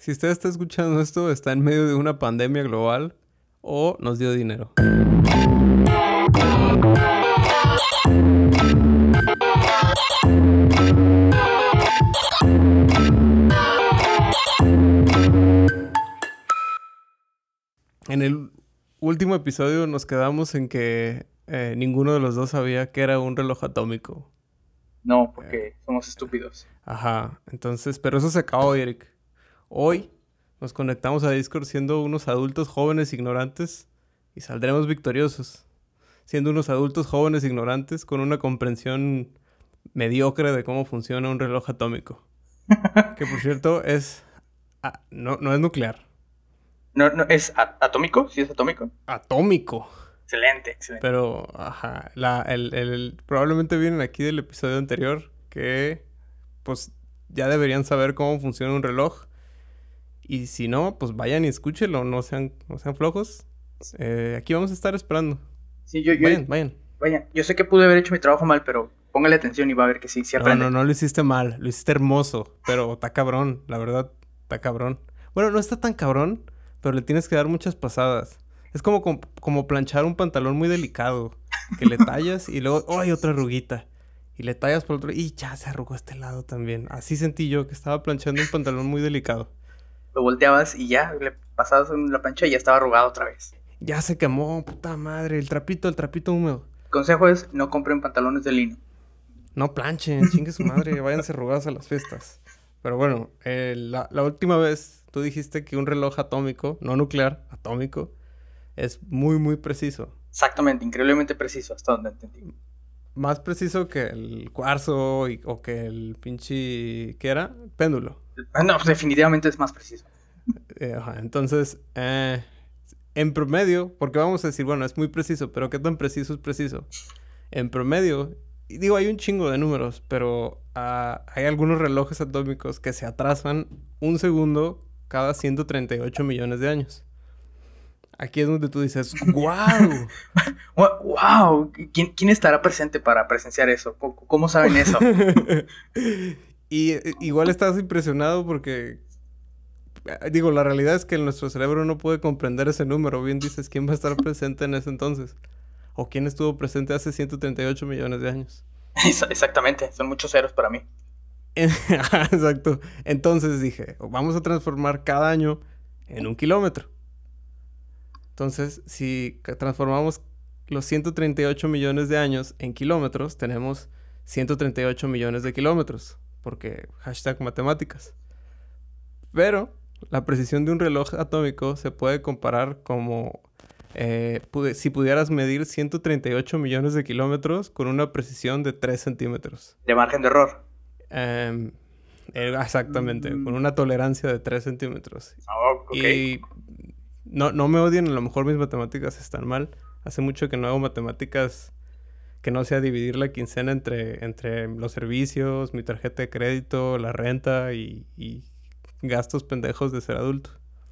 Si usted está escuchando esto, está en medio de una pandemia global o nos dio dinero. En el último episodio nos quedamos en que ninguno de los dos sabía que era un reloj atómico. No, porque somos estúpidos. Ajá, entonces, pero eso se acabó, Eric. Hoy nos conectamos a Discord siendo unos adultos jóvenes ignorantes y saldremos victoriosos. Siendo unos adultos jóvenes ignorantes con una comprensión mediocre de cómo funciona un reloj atómico. Que por cierto es... no es nuclear. No, ¿es atómico? ¿Sí es atómico? Atómico. Excelente. Pero, ajá, probablemente vienen aquí del episodio anterior que, pues, ya deberían saber cómo funciona un reloj. Y si no, pues vayan y escúchenlo, no sean flojos. Aquí vamos a estar esperando. Sí, Vayan. Yo sé que pude haber hecho mi trabajo mal, pero póngale atención y va a ver que sí aprende. No lo hiciste mal, lo hiciste hermoso, pero está cabrón, la verdad, está cabrón. Bueno, no está tan cabrón, pero le tienes que dar muchas pasadas. Es como planchar un pantalón muy delicado, que le tallas y luego, ¡oh, hay otra arruguita! Y le tallas por otro y ya se arrugó este lado también. Así sentí yo que estaba planchando un pantalón muy delicado. Lo volteabas y ya, le pasabas en la plancha y ya estaba arrugado otra vez. Ya se quemó, puta madre, el trapito húmedo. El consejo es, no compren pantalones de lino. No planchen, chingue su madre, váyanse arrugados a las fiestas. Pero bueno, la última vez tú dijiste que un reloj atómico, no nuclear, atómico, es muy, muy preciso. Exactamente, increíblemente preciso, hasta donde entendí. Más preciso que el cuarzo o que el pinche... ¿Qué era? Péndulo. No, pues definitivamente es más preciso. Entonces, en promedio, porque vamos a decir, bueno, es muy preciso, pero ¿qué tan preciso es preciso? En promedio, y digo, hay un chingo de números, pero hay algunos relojes atómicos que se atrasan un segundo cada 138 millones de años. Aquí es donde tú dices, ¡wow! ¡Wow! ¿Quién estará presente para presenciar eso? ¿Cómo saben eso? Y igual estás impresionado porque... Digo, la realidad es que nuestro cerebro no puede comprender ese número. Bien dices, ¿quién va a estar presente en ese entonces? ¿O quién estuvo presente hace 138 millones de años? Exactamente, son muchos ceros para mí. Exacto. Entonces dije, vamos a transformar cada año en 1 kilómetro. Entonces, si transformamos los 138 millones de años en kilómetros, tenemos 138 millones de kilómetros. Porque #matemáticas. Pero la precisión de un reloj atómico se puede comparar como... si pudieras medir 138 millones de kilómetros con una precisión de 3 centímetros. De margen de error. Exactamente, con una tolerancia de 3 centímetros. Okay. Y no me odien, a lo mejor mis matemáticas están mal. Hace mucho que no hago matemáticas que no sea dividir la quincena entre los servicios, mi tarjeta de crédito, la renta y gastos pendejos de ser adulto.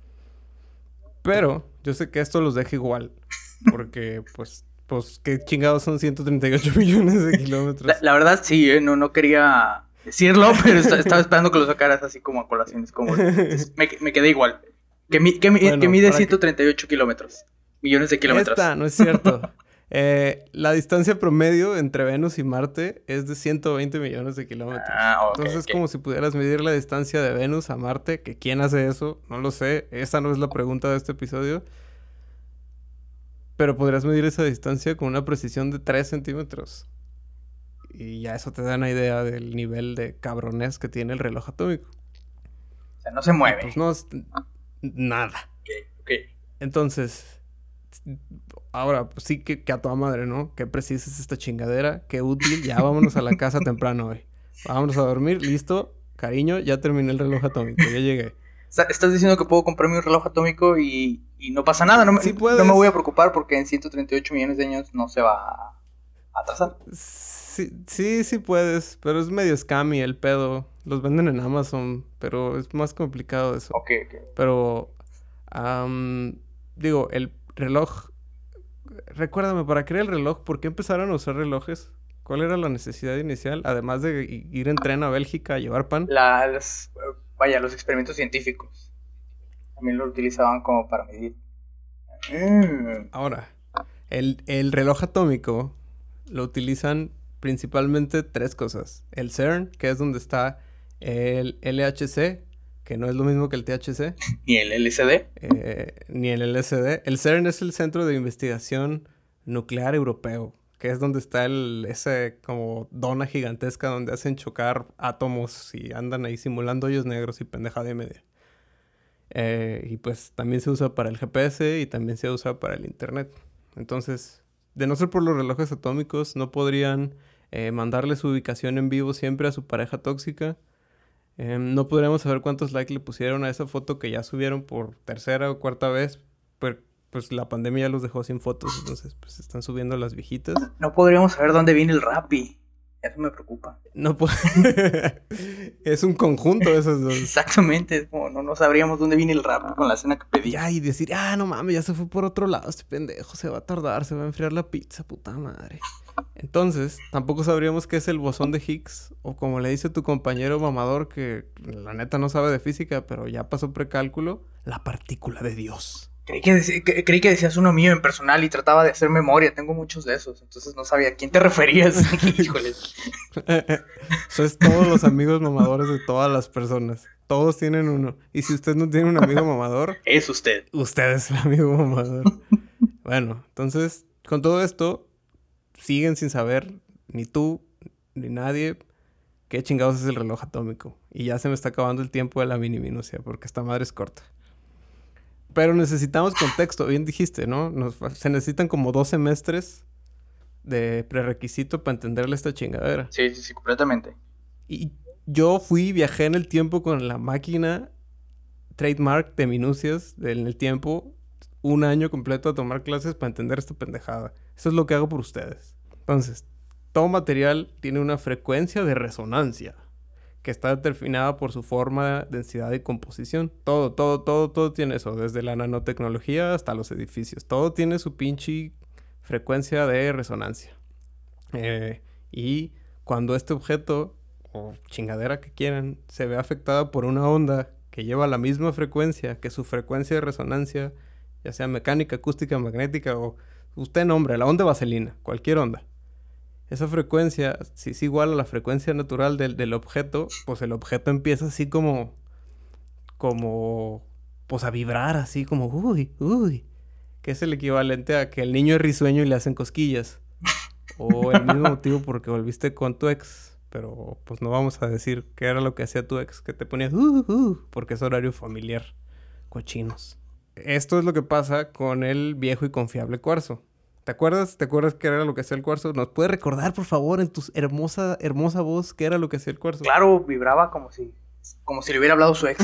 Pero yo sé que esto los deja igual. Porque, pues qué chingados son 138 millones de kilómetros. La verdad, sí, no quería decirlo, pero estaba esperando que lo sacaras así como a colaciones. Como me quedé igual. Que mide 138 kilómetros. Millones de kilómetros. No es cierto. La distancia promedio entre Venus y Marte es de 120 millones de kilómetros. Entonces es como si pudieras medir la distancia de Venus a Marte. Que ¿quién hace eso? No lo sé. Esa no es la pregunta de este episodio. Pero podrías medir esa distancia con una precisión de 3 centímetros. Y ya eso te da una idea del nivel de cabrones que tiene el reloj atómico. O sea, no se mueve. Pues no es nada. Ok. Entonces, ahora pues sí que a toda madre, ¿no? Qué precisa es esta chingadera, qué útil. Ya vámonos a la casa temprano hoy. Vámonos a dormir, listo. Cariño, ya terminé el reloj atómico, ya llegué. ¿Estás diciendo que puedo comprarme un reloj atómico y no pasa nada? No, sí no me voy a preocupar porque en 138 millones de años no se va a atrasar. Sí puedes, pero es medio scammy el pedo. Los venden en Amazon, pero es más complicado eso. Ok. Pero, digo, el reloj... Recuérdame, para crear el reloj, ¿por qué empezaron a usar relojes? ¿Cuál era la necesidad inicial? Además de ir en tren a Bélgica a llevar pan. Los experimentos científicos. También lo utilizaban como para medir. Ahora, el reloj atómico lo utilizan principalmente tres cosas. El CERN, que es donde está el LHC, que no es lo mismo que el THC. Ni el LSD. Ni el LSD. El CERN es el Centro de Investigación Nuclear Europeo, que es donde está ese como dona gigantesca donde hacen chocar átomos y andan ahí simulando hoyos negros y pendejada y media. Y pues también se usa para el GPS y también se usa para el internet. Entonces, de no ser por los relojes atómicos, no podrían mandarle su ubicación en vivo siempre a su pareja tóxica. No podríamos saber cuántos likes le pusieron a esa foto que ya subieron por tercera o cuarta vez. Pero pues la pandemia ya los dejó sin fotos, entonces pues están subiendo las viejitas. No podríamos saber dónde viene el Rappi. Eso me preocupa. No es un conjunto de esos dos. Exactamente, es como no sabríamos dónde viene el Rappi con la cena que pedí. Ya, y decir, no mames, ya se fue por otro lado, este pendejo, se va a tardar, se va a enfriar la pizza, puta madre. Entonces, tampoco sabríamos qué es el bosón de Higgs, o como le dice tu compañero mamador, que la neta no sabe de física, pero ya pasó precálculo, la partícula de Dios. Creí que decías uno mío en personal y trataba de hacer memoria. Tengo muchos de esos, entonces no sabía a quién te referías. Híjoles. Sois todos los amigos mamadores de todas las personas. Todos tienen uno. Y si usted no tiene un amigo mamador... Es usted. Usted es el amigo mamador. Bueno, entonces, con todo esto, siguen sin saber, ni tú, ni nadie, qué chingados es el reloj atómico. Y ya se me está acabando el tiempo de la mini minucia, porque esta madre es corta. Pero necesitamos contexto, bien dijiste, ¿no? Se necesitan como 2 semestres de prerequisito para entenderle esta chingadera. Sí, completamente. Y yo viajé en el tiempo con la máquina trademark de minucias en el tiempo, 1 año completo a tomar clases para entender esta pendejada. Eso es lo que hago por ustedes. Entonces, todo material tiene una frecuencia de resonancia que está determinada por su forma, densidad y composición. Todo tiene eso, desde la nanotecnología hasta los edificios. Todo tiene su pinche frecuencia de resonancia. Y cuando este objeto, o chingadera que quieran, se ve afectada por una onda que lleva la misma frecuencia que su frecuencia de resonancia, ya sea mecánica, acústica, magnética, o usted nombre, la onda vaselina, cualquier onda. Esa frecuencia, si es igual a la frecuencia natural del objeto, pues el objeto empieza así como, pues a vibrar así como, uy, que es el equivalente a que el niño es risueño y le hacen cosquillas. O el mismo motivo porque volviste con tu ex, pero pues no vamos a decir qué era lo que hacía tu ex, que te ponía, porque es horario familiar, cochinos. Esto es lo que pasa con el viejo y confiable cuarzo. ¿Te acuerdas qué era lo que hacía el cuarzo? ¿Nos puedes recordar, por favor, en tu hermosa voz, qué era lo que hacía el cuarzo? Claro, vibraba como si le hubiera hablado su ex.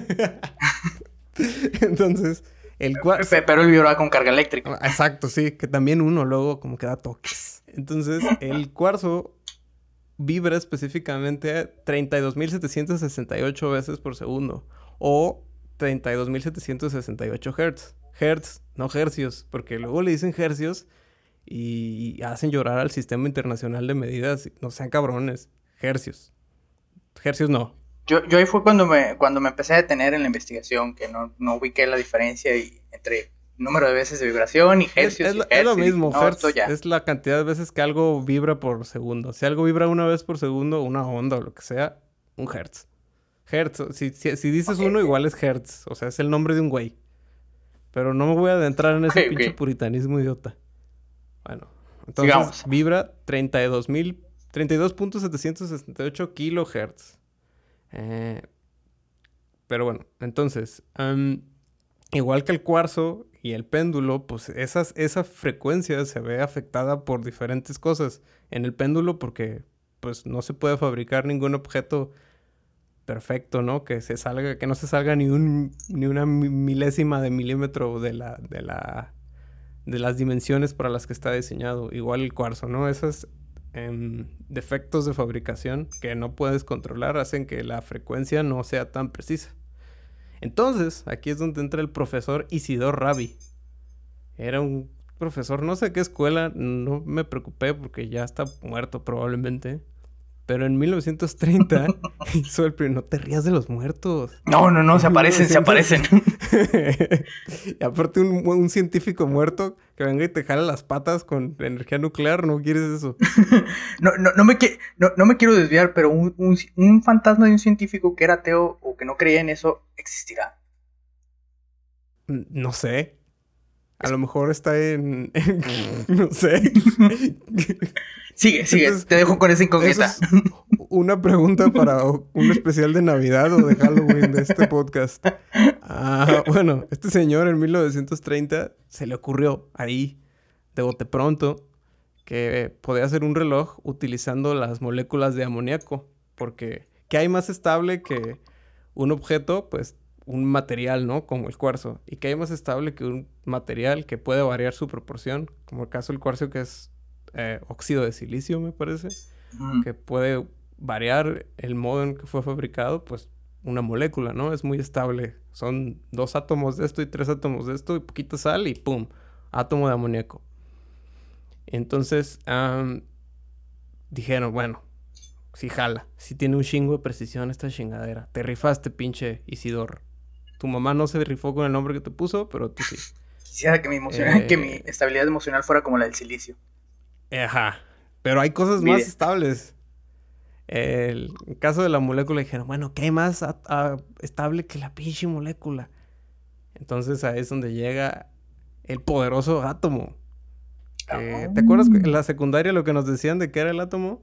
Entonces, el cuarzo... Pero él vibraba con carga eléctrica. Exacto, sí, que también uno luego como que da toques. Entonces, el cuarzo vibra específicamente 32.768 veces por segundo. O 32.768 Hz. Hertz, no hercios, porque luego le dicen hercios y hacen llorar al Sistema Internacional de Medidas. No sean cabrones. Hercios. Hercios no. Yo ahí fue cuando me empecé a detener en la investigación, que no ubiqué la diferencia entre número de veces de vibración y hercios. Es lo mismo, hertz es la cantidad de veces que algo vibra por segundo. Si algo vibra una vez por segundo, una onda o lo que sea, un hertz. Hertz, si dices uno, igual es hertz. O sea, es el nombre de un güey. Pero no me voy a adentrar en ese pinche puritanismo idiota. Bueno, entonces sigamos. Vibra 32.768 kilohertz. Pero bueno, entonces, igual que el cuarzo y el péndulo, pues esa frecuencia se ve afectada por diferentes cosas. En el péndulo porque pues no se puede fabricar ningún objeto perfecto, ¿no? Que no se salga ni una milésima de milímetro de las dimensiones para las que está diseñado. Igual el cuarzo, ¿no? Esos defectos de fabricación que no puedes controlar hacen que la frecuencia no sea tan precisa. Entonces, aquí es donde entra el profesor Isidor Rabi. Era un profesor, no sé qué escuela, no me preocupé porque ya está muerto probablemente. Pero en 1930 hizo el primer... No te rías de los muertos. No, se aparecen. Y aparte un científico muerto que venga y te jala las patas con energía nuclear, ¿no quieres eso? No me quiero desviar, pero un fantasma de un científico que era ateo o que no creía en eso existirá. No sé. A lo mejor está en no sé. Sigue. Entonces, te dejo con esa incógnita. Es una pregunta para un especial de Navidad o de Halloween de este podcast. Bueno, este señor en 1930 se le ocurrió ahí, de bote pronto, que podía hacer un reloj utilizando las moléculas de amoníaco. Porque, ¿qué hay más estable que un objeto? Pues un material, ¿no? Como el cuarzo. ¿Y qué hay más estable que un material que puede variar su proporción? Como el caso del cuarzo, que es óxido de silicio, me parece. Que puede variar el modo en que fue fabricado, pues una molécula, ¿no? Es muy estable. Son 2 átomos de esto y 3 átomos de esto y poquita sal y ¡pum! Átomo de amoníaco. Entonces, dijeron, bueno, sí jala. Sí tiene un chingo de precisión esta chingadera. Te rifaste, pinche Isidor. Tu mamá no se rifó con el nombre que te puso, pero tú sí. Quisiera que mi estabilidad emocional fuera como la del silicio. Ajá. Pero hay cosas más estables. El caso de la molécula dijeron, bueno, ¿qué hay más estable que la pinche molécula? Entonces ahí es donde llega el poderoso átomo. ¿Te acuerdas en la secundaria lo que nos decían de qué era el átomo?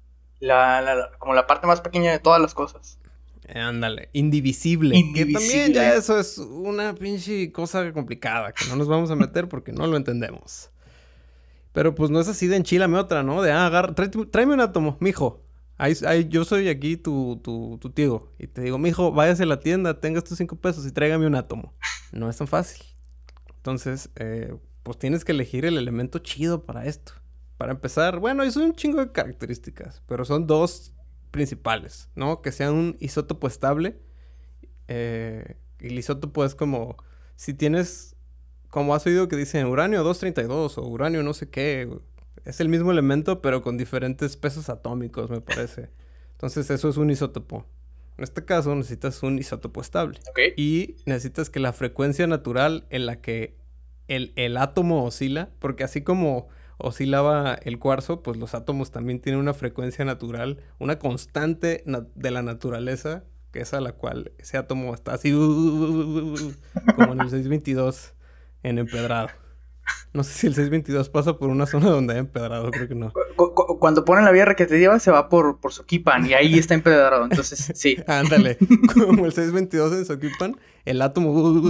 Como la parte más pequeña de todas las cosas. Ándale, indivisible. Que también ya eso es una pinche cosa complicada que no nos vamos a meter porque no lo entendemos. Pero pues no es así de enchilame otra, ¿no? De tráeme un átomo, mijo. Yo soy aquí tu tío. Y te digo, mijo, váyase a la tienda, tenga estos 5 pesos y tráigame un átomo. No es tan fácil. Entonces, pues tienes que elegir el elemento chido para esto. Para empezar, bueno, son un chingo de características, pero son 2 principales, ¿no? Que sean un isótopo estable. Y el isótopo es como... Si tienes... Como has oído que dicen uranio 232 o uranio no sé qué. Es el mismo elemento, pero con diferentes pesos atómicos, me parece. Entonces, eso es un isótopo. En este caso, necesitas un isótopo estable. Okay. Y necesitas que la frecuencia natural en la que el átomo oscila... Porque así como... oscilaba el cuarzo, pues los átomos también tienen una frecuencia natural, una constante de la naturaleza, que es a la cual ese átomo está así, como en el 622 en empedrado. No sé si el 622 pasa por una zona donde hay empedrado, creo que no. Cuando ponen la vía que te lleva, se va por Soquipan y ahí está empedrado, entonces sí. Ándale, como el 622 en Soquipan, el átomo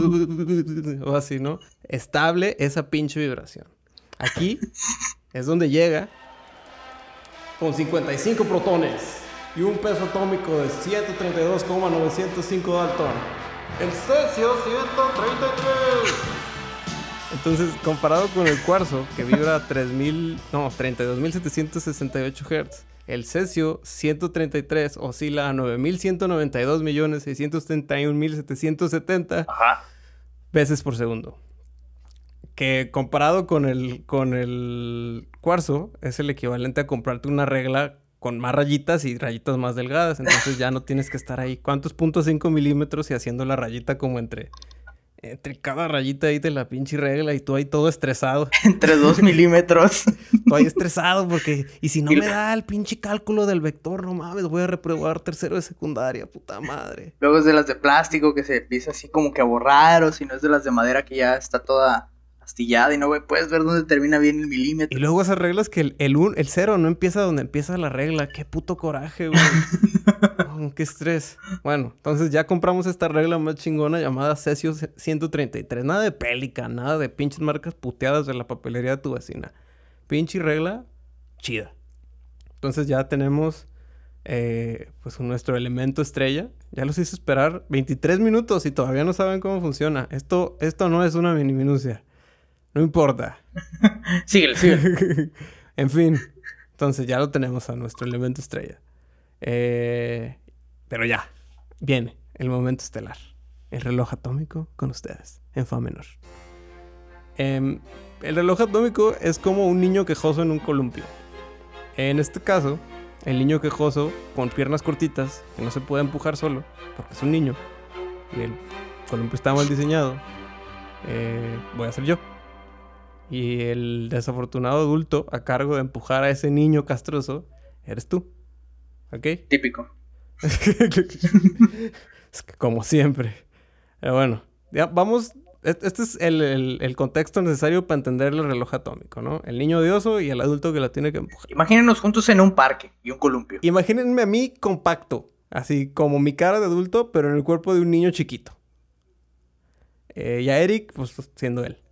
o así, ¿no? Estable esa pinche vibración. Aquí es donde llega con 55 protones y un peso atómico de 132,905 Dalton. El cesio 133. Entonces, comparado con el cuarzo, que vibra a 32.768 Hz, el cesio 133 oscila a 9.192.631.770 veces por segundo. Que comparado con el cuarzo, es el equivalente a comprarte una regla con más rayitas y rayitas más delgadas. Entonces ya no tienes que estar ahí. ¿Cuántos 0.5 milímetros y haciendo la rayita como entre cada rayita ahí de la pinche regla y tú ahí todo estresado? Entre 2 milímetros. Tú ahí estresado porque... Y si no me da el pinche cálculo del vector, no mames, voy a reprobar tercero de secundaria, puta madre. Luego es de las de plástico que se empieza así como que a borrar, o si no es de las de madera que ya está toda... astillada y no puedes ver dónde termina bien el milímetro. Y luego esas reglas que el cero no empieza donde empieza la regla. Qué puto coraje, güey. Qué estrés. Bueno, entonces ya compramos esta regla más chingona llamada Cesio 133. Nada de Pelican, nada de pinches marcas puteadas de la papelería de tu vecina. Pinche regla chida. Entonces ya tenemos pues nuestro elemento estrella. Ya los hice esperar 23 minutos y todavía no saben cómo funciona. Esto no es una mini minucia. No importa. Síguele. En fin. Entonces ya lo tenemos a nuestro elemento estrella. Pero ya. Viene el momento estelar. El reloj atómico con ustedes. En fa menor. El reloj atómico es como un niño quejoso en un columpio. En este caso, el niño quejoso con piernas cortitas, que no se puede empujar solo, porque es un niño. Y columpio está mal diseñado, voy a ser yo. Y el desafortunado adulto a cargo de empujar a ese niño castroso eres tú. ¿Ok? Típico. Es que como siempre. Pero bueno, ya vamos. Este es el contexto necesario para entender el reloj atómico, ¿no? El niño odioso y el adulto que lo tiene que empujar. Imagínenos juntos en un parque y un columpio. Imagínense a mí compacto, así como mi cara de adulto, pero en el cuerpo de un niño chiquito. Y a Eric, pues siendo él.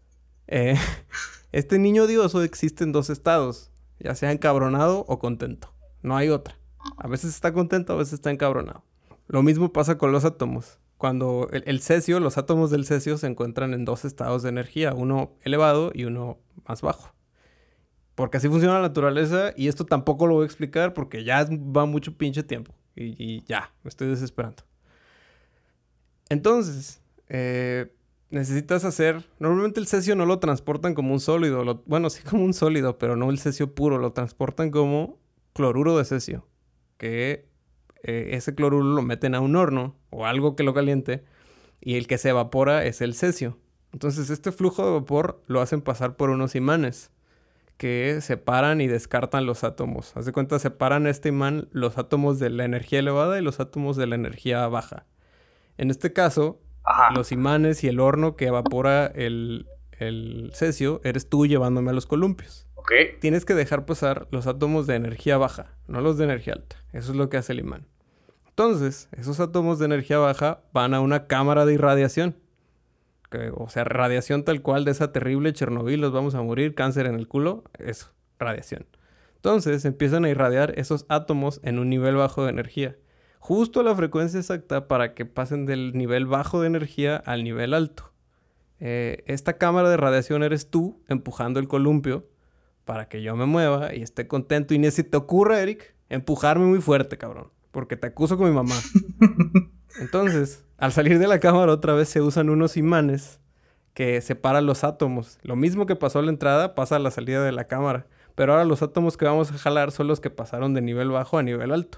Este niño odioso existe en dos estados, ya sea encabronado o contento. No hay otra. A veces está contento, a veces está encabronado. Lo mismo pasa con los átomos. Cuando el cesio, los átomos del cesio se encuentran en dos estados de energía, uno elevado y uno más bajo. Porque así funciona la naturaleza y esto tampoco lo voy a explicar porque ya va mucho pinche tiempo. Y ya, me estoy desesperando. Entonces, necesitas hacer... Normalmente el cesio no lo transportan como un sólido. Bueno, sí como un sólido, pero no el cesio puro. Lo transportan como cloruro de cesio. Que ese cloruro lo meten a un horno o algo que lo caliente. Y el que se evapora es el cesio. Entonces este flujo de vapor lo hacen pasar por unos imanes que separan y descartan los átomos. Haz de cuenta, separan este imán los átomos de la energía elevada y los átomos de la energía baja. En este caso, los imanes y el horno que evapora el cesio eres tú llevándome a los columpios. Ok. Tienes que dejar pasar los átomos de energía baja, no los de energía alta. Eso es lo que hace el imán. Entonces, esos átomos de energía baja van a una cámara de irradiación. O sea, radiación tal cual de esa terrible Chernobyl, los vamos a morir, cáncer en el culo, eso, radiación. Entonces empiezan a irradiar esos átomos en un nivel bajo de energía. Justo a la frecuencia exacta para que pasen del nivel bajo de energía al nivel alto. Esta cámara de radiación eres tú empujando el columpio para que yo me mueva y esté contento. Y ni si te ocurra, Eric, empujarme muy fuerte, cabrón. Porque te acuso con mi mamá. Entonces, al salir de la cámara otra vez se usan unos imanes que separan los átomos. Lo mismo que pasó a la entrada pasa a la salida de la cámara. Pero ahora los átomos que vamos a jalar son los que pasaron de nivel bajo a nivel alto.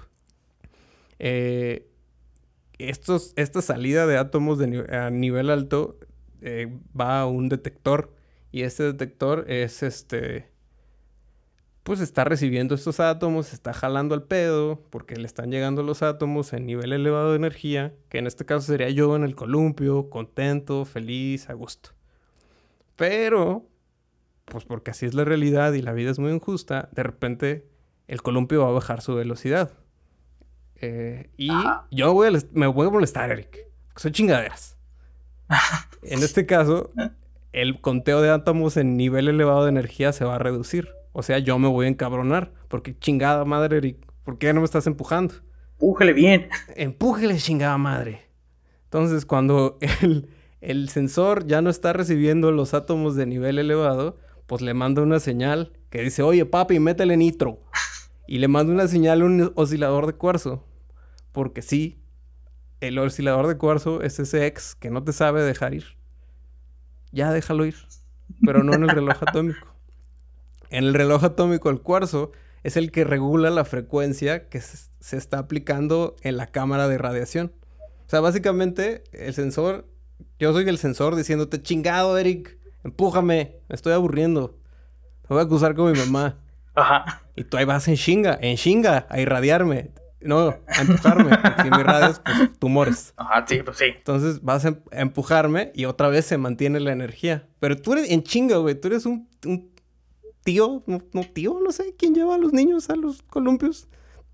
Esta salida de átomos a nivel alto va a un detector. Y este detector es pues está recibiendo estos átomos, está jalando al pedo, porque le están llegando los átomos en nivel elevado de energía, que en este caso sería yo en el columpio, contento, feliz, a gusto. Pero, pues porque así es la realidad y la vida es muy injusta, de repente el columpio va a bajar su velocidad. Y yo me voy a molestar, Eric, porque soy chingaderas. En este caso, el conteo de átomos en nivel elevado de energía se va a reducir. O sea, yo me voy a encabronar. Porque chingada madre, Eric, ¿por qué no me estás empujando? Empújele bien. Empújele, chingada madre. Entonces, cuando el sensor ya no está recibiendo los átomos de nivel elevado, pues le manda una señal que dice, oye, papi, métele nitro. Y le manda una señal a un oscilador de cuarzo. Porque sí, el oscilador de cuarzo es ese ex que no te sabe dejar ir. Ya déjalo ir. Pero no en el reloj atómico. En el reloj atómico, el cuarzo es el que regula la frecuencia que se está aplicando en la cámara de radiación. O sea, básicamente, el sensor... Yo soy el sensor diciéndote, chingado, Eric, empújame, me estoy aburriendo. Me voy a acusar con mi mamá. Ajá. Y tú ahí vas en chinga, a irradiarme. No, a empujarme. Porque si me irradias, pues tú mueres. Ajá, sí, pues sí. Entonces vas a empujarme y otra vez se mantiene la energía. Pero tú eres en chinga, güey. Tú eres un tío, no sé, ¿quién lleva a los niños a los columpios?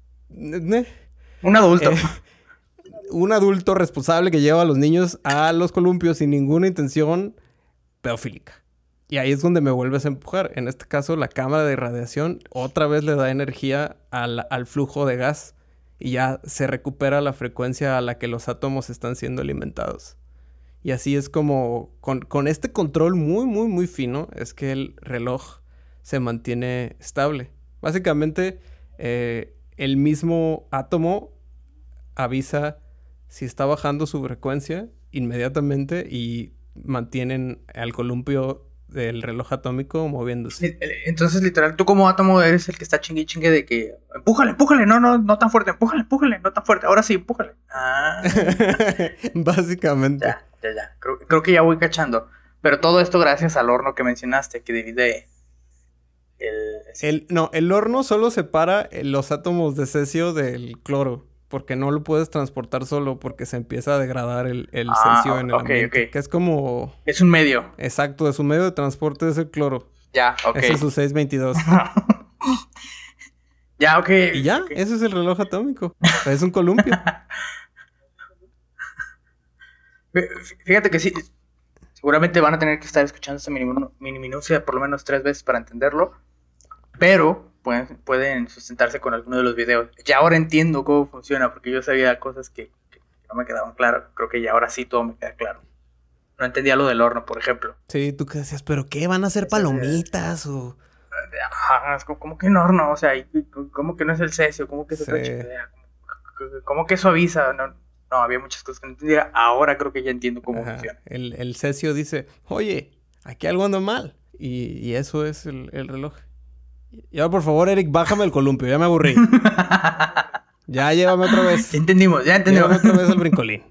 Un adulto. Un adulto responsable que lleva a los niños a los columpios sin ninguna intención pedofílica. Y ahí es donde me vuelves a empujar. En este caso, la cámara de radiación otra vez le da energía al flujo de gas y ya se recupera la frecuencia a la que los átomos están siendo alimentados. Y así es como, con este control muy, muy, muy fino, es que el reloj se mantiene estable. Básicamente, el mismo átomo avisa si está bajando su frecuencia inmediatamente y mantienen al columpio del reloj atómico moviéndose. Entonces, literal, tú como átomo eres el que está chingue chingue de que empújale, no tan fuerte, empújale, no tan fuerte, ahora sí, empújale. Ah. Básicamente. Ya. Creo que ya voy cachando. Pero todo esto gracias al horno que mencionaste, que divide el horno solo separa los átomos de cesio del cloro. Porque no lo puedes transportar solo porque se empieza a degradar el cesio en el ambiente. Que es como... Es un medio. Exacto, de su medio de transporte es el cloro. Ya, ok. Ese es su 622. Ya, ok. Y ya, ese es el reloj atómico. Es un columpio. Fíjate que sí. Seguramente van a tener que estar escuchando esta minucia por lo menos 3 veces para entenderlo. Pero pueden sustentarse con alguno de los videos. Ya ahora entiendo cómo funciona, porque yo sabía cosas que no me quedaban claras. Creo que ya ahora sí todo me queda claro. No entendía lo del horno, por ejemplo. Sí, tú qué decías, ¿pero qué? ¿Van a hacer palomitas o...? Ajá, ¿cómo que no horno? O sea, ¿cómo que no es el cesio? ¿Cómo que es otra chingadera? ¿Cómo que suaviza? No, había muchas cosas que no entendía. Ahora creo que ya entiendo cómo funciona. El cesio dice, oye, aquí algo anda mal. Y eso es el reloj. Y ahora, por favor, Eric, bájame el columpio. Ya me aburrí. Ya, llévame otra vez. Ya entendimos. Llévame otra vez al brincolín.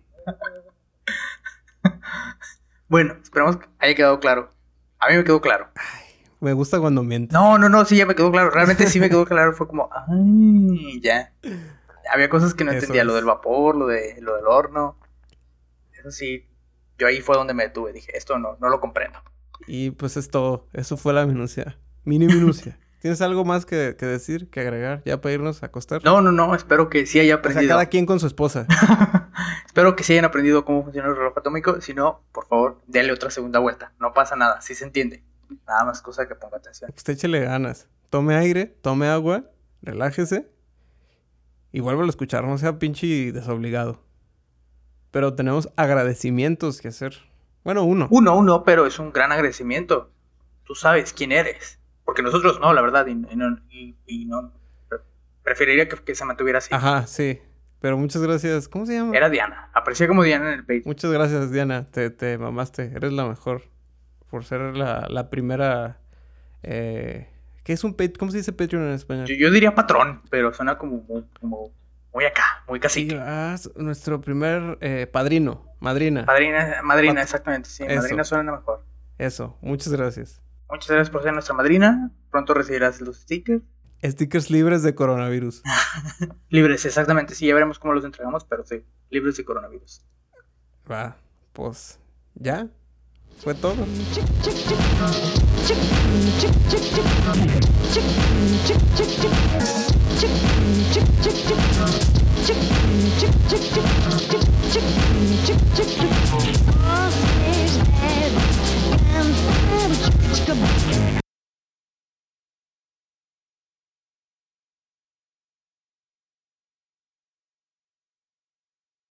Bueno, esperamos que haya quedado claro. A mí me quedó claro. Ay, me gusta cuando mientes. No, sí, ya me quedó claro. Realmente sí me quedó claro. Fue como, ay, ya. Había cosas que no entendía. Lo del vapor, lo del horno. Eso sí, yo ahí fue donde me detuve. Dije, esto no lo comprendo. Y pues es todo. Eso fue la minucia. Minucia. ¿Tienes algo más que decir, que agregar, ya para irnos a acostar? No, espero que sí haya aprendido. O sea, cada quien con su esposa. Espero que sí hayan aprendido cómo funciona el reloj atómico. Si no, por favor, denle otra segunda vuelta. No pasa nada, sí se entiende. Nada más cosa que ponga atención. Usted échele ganas. Tome aire, tome agua, relájese. Y vuelva a escuchar, no sea pinche desobligado. Pero tenemos agradecimientos que hacer. Bueno, Uno, pero es un gran agradecimiento. Tú sabes quién eres. Porque nosotros no, la verdad, y no. Preferiría que se mantuviera así. Ajá, sí. Pero muchas gracias. ¿Cómo se llama? Era Diana. Aparecía como Diana en el page. Muchas gracias, Diana. Te mamaste. Eres la mejor. Por ser la primera... ¿Qué es un Patreon? ¿Cómo se dice Patreon en español? Yo diría patrón, pero suena como muy acá, muy cacique. Sí, nuestro primer padrino. Madrina. Madrina, exactamente. Sí, eso. Madrina suena mejor. Eso. Muchas gracias. Muchas gracias por ser nuestra madrina. Pronto recibirás los stickers. Stickers libres de coronavirus. Libres, exactamente. Sí, ya veremos cómo los entregamos, pero sí, libres de coronavirus. Va, pues, ¿ya? ¿Fue todo?